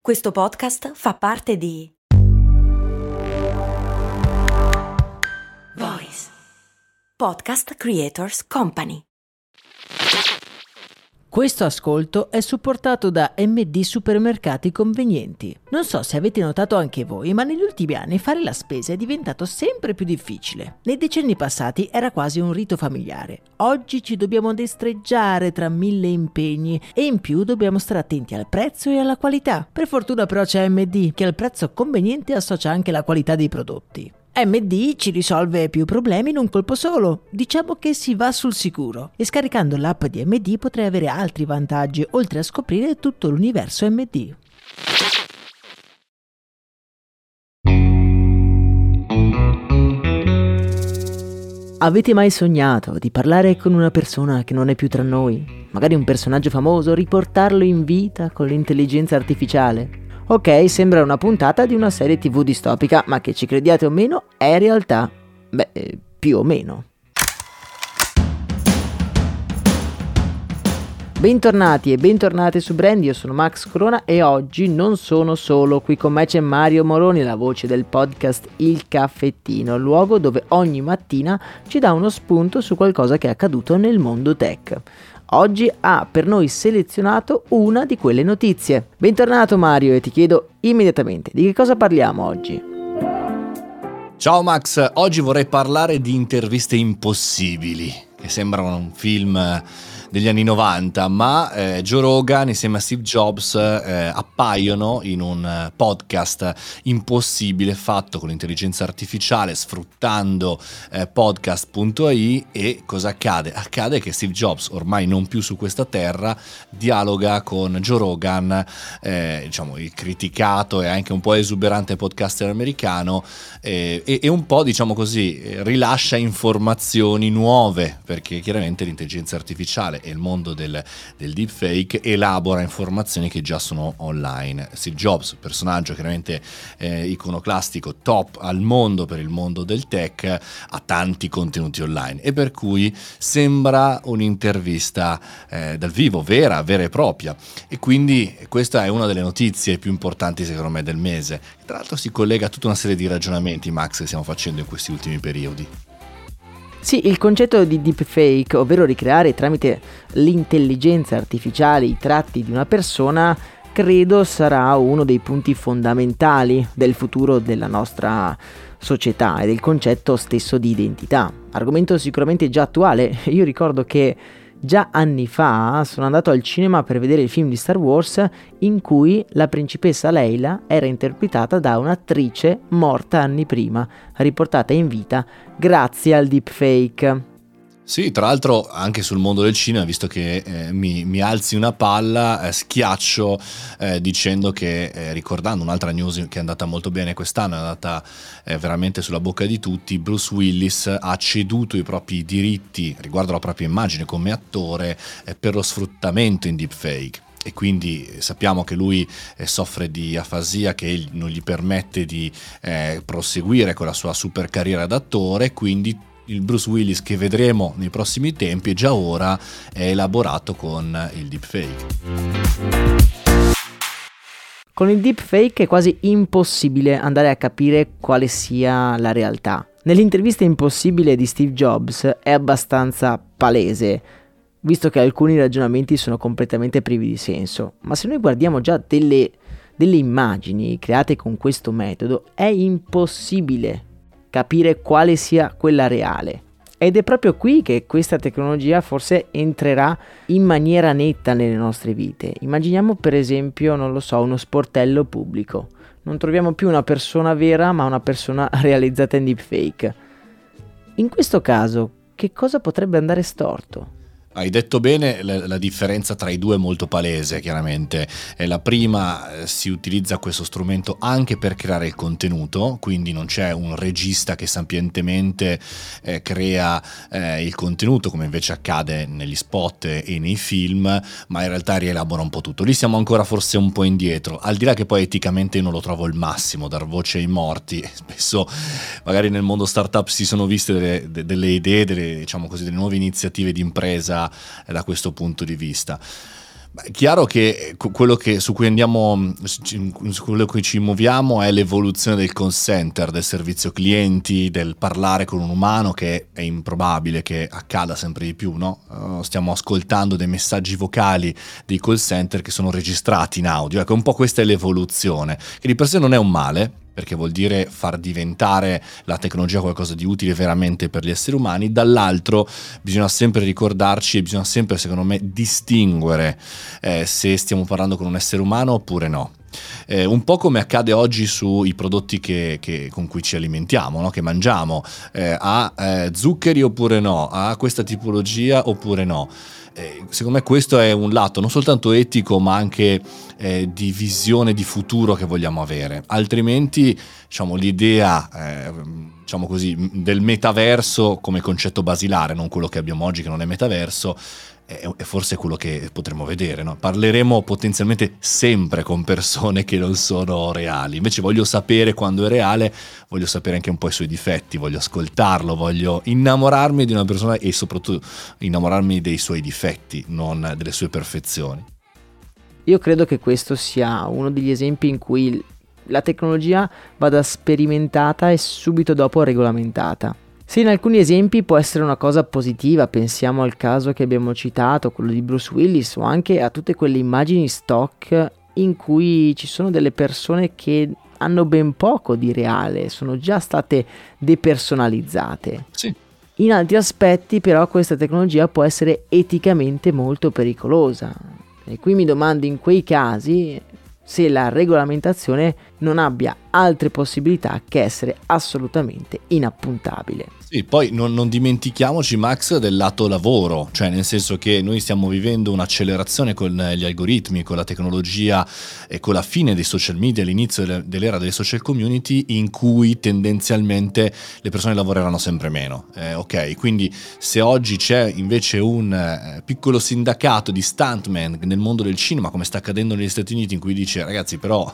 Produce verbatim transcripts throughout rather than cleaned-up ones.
Questo podcast fa parte di Voice Podcast Creators Company. Questo ascolto è supportato da M D Supermercati Convenienti. Non so se avete notato anche voi, ma negli ultimi anni fare la spesa è diventato sempre più difficile. Nei decenni passati era quasi un rito familiare. Oggi ci dobbiamo destreggiare tra mille impegni e in più dobbiamo stare attenti al prezzo e alla qualità. Per fortuna però c'è M D, che al prezzo conveniente associa anche la qualità dei prodotti. M D ci risolve più problemi in un colpo solo. Diciamo che si va sul sicuro. E scaricando l'app di M D potrai avere altri vantaggi, oltre a scoprire tutto l'universo M D. Avete mai sognato di parlare con una persona che non è più tra noi? Magari un personaggio famoso, riportarlo in vita con l'intelligenza artificiale? Ok, sembra una puntata di una serie tivù distopica, ma che ci crediate o meno, è realtà. Beh, eh, più o meno. Bentornati e bentornate su Brand, io sono Max Corona e oggi non sono solo, qui con me c'è Mario Moroni, la voce del podcast Il Caffettino, luogo dove ogni mattina ci dà uno spunto su qualcosa che è accaduto nel mondo tech. Oggi ha per noi selezionato una di quelle notizie. Bentornato Mario e ti chiedo immediatamente di che cosa parliamo oggi. Ciao Max, oggi vorrei parlare di interviste impossibili, che sembrano un film degli anni novanta, ma eh, Joe Rogan insieme a Steve Jobs eh, appaiono in un podcast impossibile fatto con l'intelligenza artificiale, sfruttando eh, podcast punto a i, e cosa accade? Accade che Steve Jobs, ormai non più su questa terra, dialoga con Joe Rogan, eh, diciamo il criticato e anche un po' esuberante podcaster americano, eh, e, e un po', diciamo così, rilascia informazioni nuove, perché chiaramente l'intelligenza artificiale e il mondo del, del deepfake elabora informazioni che già sono online. Steve Jobs, personaggio chiaramente eh, iconoclastico, top al mondo per il mondo del tech, ha tanti contenuti online e per cui sembra un'intervista eh, dal vivo, vera, vera e propria, e quindi questa è una delle notizie più importanti secondo me del mese. Tra l'altro si collega a tutta una serie di ragionamenti, Max, che stiamo facendo in questi ultimi periodi. Sì, il concetto di deepfake, ovvero ricreare tramite l'intelligenza artificiale i tratti di una persona, credo sarà uno dei punti fondamentali del futuro della nostra società e del concetto stesso di identità. Argomento sicuramente già attuale. Io ricordo che già anni fa sono andato al cinema per vedere il film di Star Wars in cui la principessa Leila era interpretata da un'attrice morta anni prima, riportata in vita grazie al deepfake. Sì, tra l'altro anche sul mondo del cinema, visto che eh, mi, mi alzi una palla, eh, schiaccio eh, dicendo che, eh, ricordando un'altra news che è andata molto bene quest'anno, è andata eh, veramente sulla bocca di tutti, Bruce Willis ha ceduto i propri diritti riguardo alla propria immagine come attore eh, per lo sfruttamento in deepfake. E quindi sappiamo che lui eh, soffre di afasia che non gli permette di eh, proseguire con la sua super carriera d'attore, quindi il Bruce Willis che vedremo nei prossimi tempi già ora è elaborato con il deepfake. Con il deepfake è quasi impossibile andare a capire quale sia la realtà. Nell'intervista impossibile di Steve Jobs è abbastanza palese, visto che alcuni ragionamenti sono completamente privi di senso. Ma se noi guardiamo già delle, delle immagini create con questo metodo, è impossibile capire quale sia quella reale. Ed è proprio qui che questa tecnologia forse entrerà in maniera netta nelle nostre vite. Immaginiamo per esempio, non lo so, uno sportello pubblico. Non troviamo più una persona vera, ma una persona realizzata in deepfake. In questo caso, che cosa potrebbe andare storto? Hai detto bene, la, la differenza tra i due è molto palese, chiaramente. Eh, la prima, eh, si utilizza questo strumento anche per creare il contenuto, quindi non c'è un regista che sapientemente eh, crea eh, il contenuto, come invece accade negli spot e nei film, ma in realtà rielabora un po' tutto. Lì siamo ancora forse un po' indietro, al di là che poi eticamente io non lo trovo il massimo, dar voce ai morti. Spesso magari nel mondo startup si sono viste delle, de, delle idee, delle, diciamo così, delle nuove iniziative di impresa da questo punto di vista. È chiaro che quello che su cui andiamo, su quello che ci muoviamo è l'evoluzione del call center, del servizio clienti, del parlare con un umano, che è improbabile che accada sempre di più, no? Stiamo ascoltando dei messaggi vocali dei call center che sono registrati in audio. Ecco, un po' questa è l'evoluzione, che di per sé non è un male, perché vuol dire far diventare la tecnologia qualcosa di utile veramente per gli esseri umani. Dall'altro bisogna sempre ricordarci e bisogna sempre, secondo me, distinguere eh, se stiamo parlando con un essere umano oppure no. Eh, un po' come accade oggi sui prodotti che, che, con cui ci alimentiamo, no? Che mangiamo, eh, ha eh, zuccheri oppure no, ha questa tipologia oppure no. Eh, secondo me questo è un lato non soltanto etico ma anche eh, di visione di futuro che vogliamo avere, altrimenti diciamo l'idea eh, diciamo così del metaverso come concetto basilare, non quello che abbiamo oggi che non è metaverso, è forse quello che potremo vedere, no? Parleremo potenzialmente sempre con persone che non sono reali, invece voglio sapere quando è reale, voglio sapere anche un po' i suoi difetti, voglio ascoltarlo, voglio innamorarmi di una persona e soprattutto innamorarmi dei suoi difetti, non delle sue perfezioni. Io credo che questo sia uno degli esempi in cui la tecnologia vada sperimentata e subito dopo regolamentata. Se in alcuni esempi può essere una cosa positiva, pensiamo al caso che abbiamo citato, quello di Bruce Willis, o anche a tutte quelle immagini stock in cui ci sono delle persone che hanno ben poco di reale, sono già state depersonalizzate. Sì. In altri aspetti però questa tecnologia può essere eticamente molto pericolosa. E qui mi domando in quei casi se la regolamentazione non abbia altre possibilità che essere assolutamente inappuntabile. Sì, poi non, non dimentichiamoci, Max, del lato lavoro, cioè nel senso che noi stiamo vivendo un'accelerazione con gli algoritmi, con la tecnologia e con la fine dei social media, l'inizio dell'era delle social community, in cui tendenzialmente le persone lavoreranno sempre meno. Eh, ok, quindi se oggi c'è invece un eh, piccolo sindacato di stuntman nel mondo del cinema, come sta accadendo negli Stati Uniti, in cui dice ragazzi però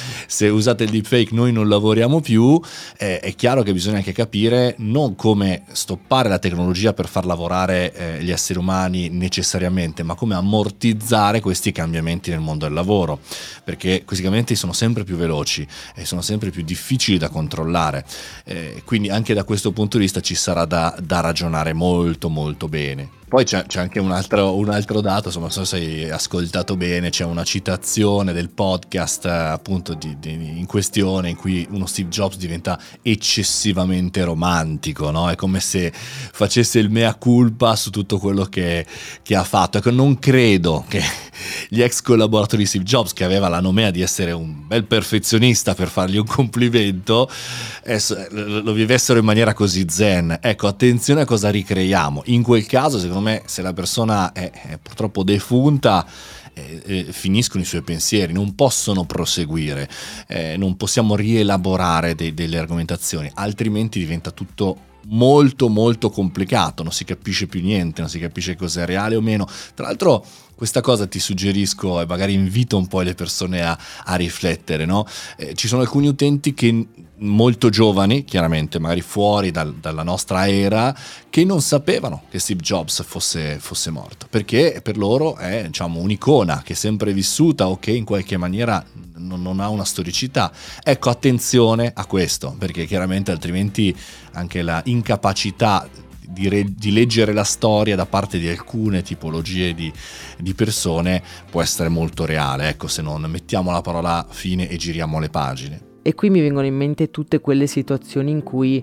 se usate il deepfake noi non lavoriamo più, eh, è chiaro che bisogna anche capire non come stoppare la tecnologia per far lavorare eh, gli esseri umani necessariamente, ma come ammortizzare questi cambiamenti nel mondo del lavoro, perché questi cambiamenti sono sempre più veloci e sono sempre più difficili da controllare, eh, quindi anche da questo punto di vista ci sarà da, da ragionare molto molto bene. Poi c'è, c'è anche un altro, un altro dato, insomma, non so se hai ascoltato bene, c'è una citazione del podcast appunto di, di, in questione in cui uno Steve Jobs diventa eccessivamente romantico, no? È come se facesse il mea culpa su tutto quello che, che ha fatto. Ecco, non credo che gli ex collaboratori di Steve Jobs, che aveva la nomea di essere un bel perfezionista per fargli un complimento, eh, lo vivessero in maniera così zen. Ecco, attenzione a cosa ricreiamo. In quel caso, secondo me, se la persona è, è purtroppo defunta, eh, eh, finiscono i suoi pensieri, non possono proseguire, eh, non possiamo rielaborare de- delle argomentazioni, altrimenti diventa tutto molto molto complicato, non si capisce più niente, non si capisce cos'è reale o meno. Tra l'altro questa cosa ti suggerisco e magari invito un po' le persone a, a riflettere, no? Eh, ci sono alcuni utenti che molto giovani, chiaramente magari fuori dal, dalla nostra era, che non sapevano che Steve Jobs fosse, fosse morto, perché per loro è, diciamo, un'icona che è sempre vissuta o che in qualche maniera non, non ha una storicità. Ecco, attenzione a questo, perché chiaramente altrimenti anche la incapacità Di, re, di leggere la storia da parte di alcune tipologie di, di persone può essere molto reale, ecco, se non mettiamo la parola fine e giriamo le pagine. E qui mi vengono in mente tutte quelle situazioni in cui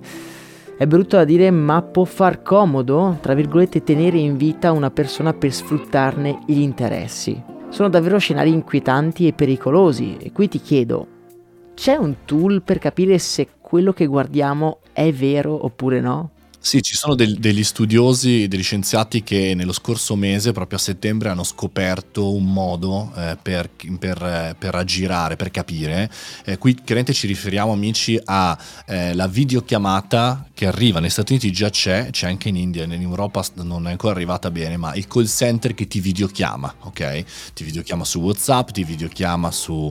è brutto da dire, ma può far comodo, tra virgolette, tenere in vita una persona per sfruttarne gli interessi. Sono davvero scenari inquietanti e pericolosi, e qui ti chiedo, c'è un tool per capire se quello che guardiamo è vero oppure no? Sì, ci sono del, degli studiosi, degli scienziati che nello scorso mese, proprio a settembre, hanno scoperto un modo eh, per, per, eh, per aggirare, per capire. Eh, qui chiaramente ci riferiamo, amici, a eh, la videochiamata che arriva negli Stati Uniti, già c'è, c'è anche in India, in Europa non è ancora arrivata bene, ma il call center che ti videochiama, ok? Ti videochiama su WhatsApp, ti videochiama su,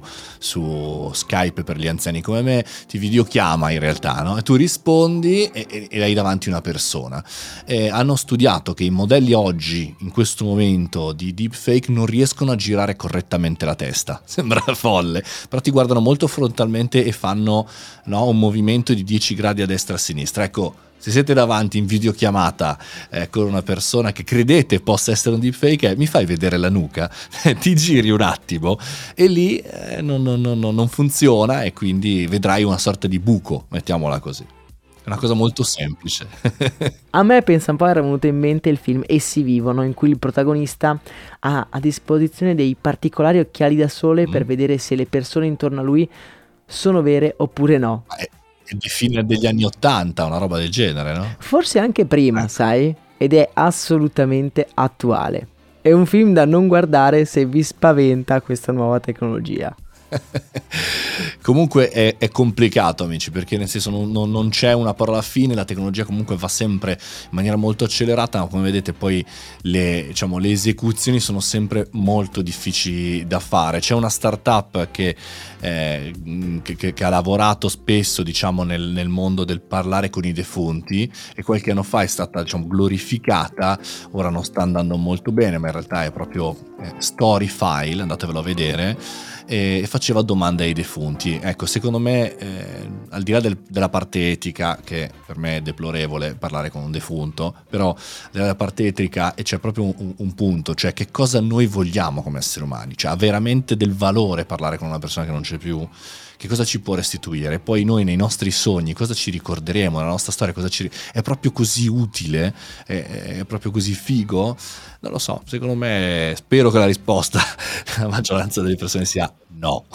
su Skype per gli anziani come me, ti videochiama in realtà, no? E tu rispondi e, e, e hai davanti una persona. Eh, hanno studiato che i modelli oggi, in questo momento, di deepfake non riescono a girare correttamente la testa. Sembra folle, però ti guardano molto frontalmente e fanno, no, un movimento di dieci gradi a destra e a sinistra. Ecco, se siete davanti in videochiamata eh, con una persona che credete possa essere un deepfake, eh, mi fai vedere la nuca, ti giri un attimo e lì eh, non, non, non, non funziona e quindi vedrai una sorta di buco, mettiamola così. È una cosa molto semplice. A me, pensa un po', era venuto in mente il film Essi vivono, in cui il protagonista ha a disposizione dei particolari occhiali da sole mm. per vedere se le persone intorno a lui sono vere oppure no. È, è di fine degli anni Ottanta, una roba del genere, no? Forse anche prima, eh. sai? Ed è assolutamente attuale. È un film da non guardare se vi spaventa questa nuova tecnologia. Comunque è, è complicato, amici, perché nel senso non, non, non c'è una parola fine, la tecnologia comunque va sempre in maniera molto accelerata, ma come vedete poi le, diciamo, le esecuzioni sono sempre molto difficili da fare. C'è una startup che, eh, che, che ha lavorato spesso, diciamo, nel, nel mondo del parlare con i defunti e qualche anno fa è stata, diciamo, glorificata. Ora non sta andando molto bene, ma in realtà è proprio eh, Storyfile, andatevelo a vedere, e faceva domande ai defunti. Ecco, secondo me eh, al di là del, della parte etica, che per me è deplorevole parlare con un defunto, però al di là della parte etica c'è proprio un, un punto, cioè che cosa noi vogliamo come esseri umani, cioè ha veramente del valore parlare con una persona che non c'è più, che cosa ci può restituire, poi noi nei nostri sogni cosa ci ricorderemo, nella nostra storia cosa ci... è proprio così utile, è, è proprio così figo. Non lo so, secondo me, spero che la risposta la maggioranza delle persone sia no.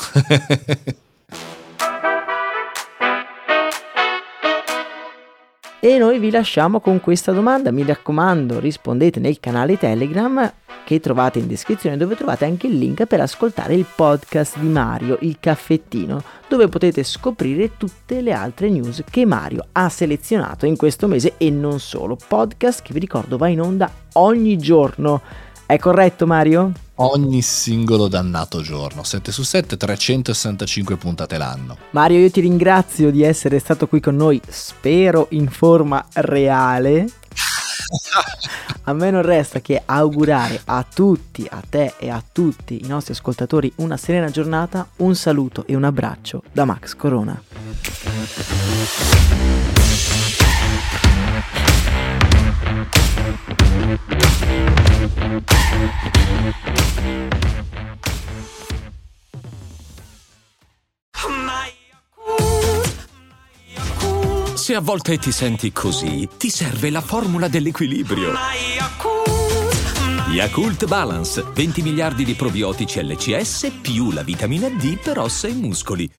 E noi vi lasciamo con questa domanda, mi raccomando, rispondete nel canale Telegram che trovate in descrizione, dove trovate anche il link per ascoltare il podcast di Mario, Il Caffettino, dove potete scoprire tutte le altre news che Mario ha selezionato in questo mese e non solo. Podcast che vi ricordo va in onda ogni giorno. È corretto, Mario? Ogni singolo dannato giorno, sette su sette, trecentosessantacinque puntate l'anno. Mario, io ti ringrazio di essere stato qui con noi, spero in forma reale. A me non resta che augurare a tutti, a te e a tutti i nostri ascoltatori una serena giornata, un saluto e un abbraccio da Max Corona. Se a volte ti senti così, ti serve la formula dell'equilibrio. Yakult Balance, venti miliardi di probiotici L C S più la vitamina D per ossa e muscoli.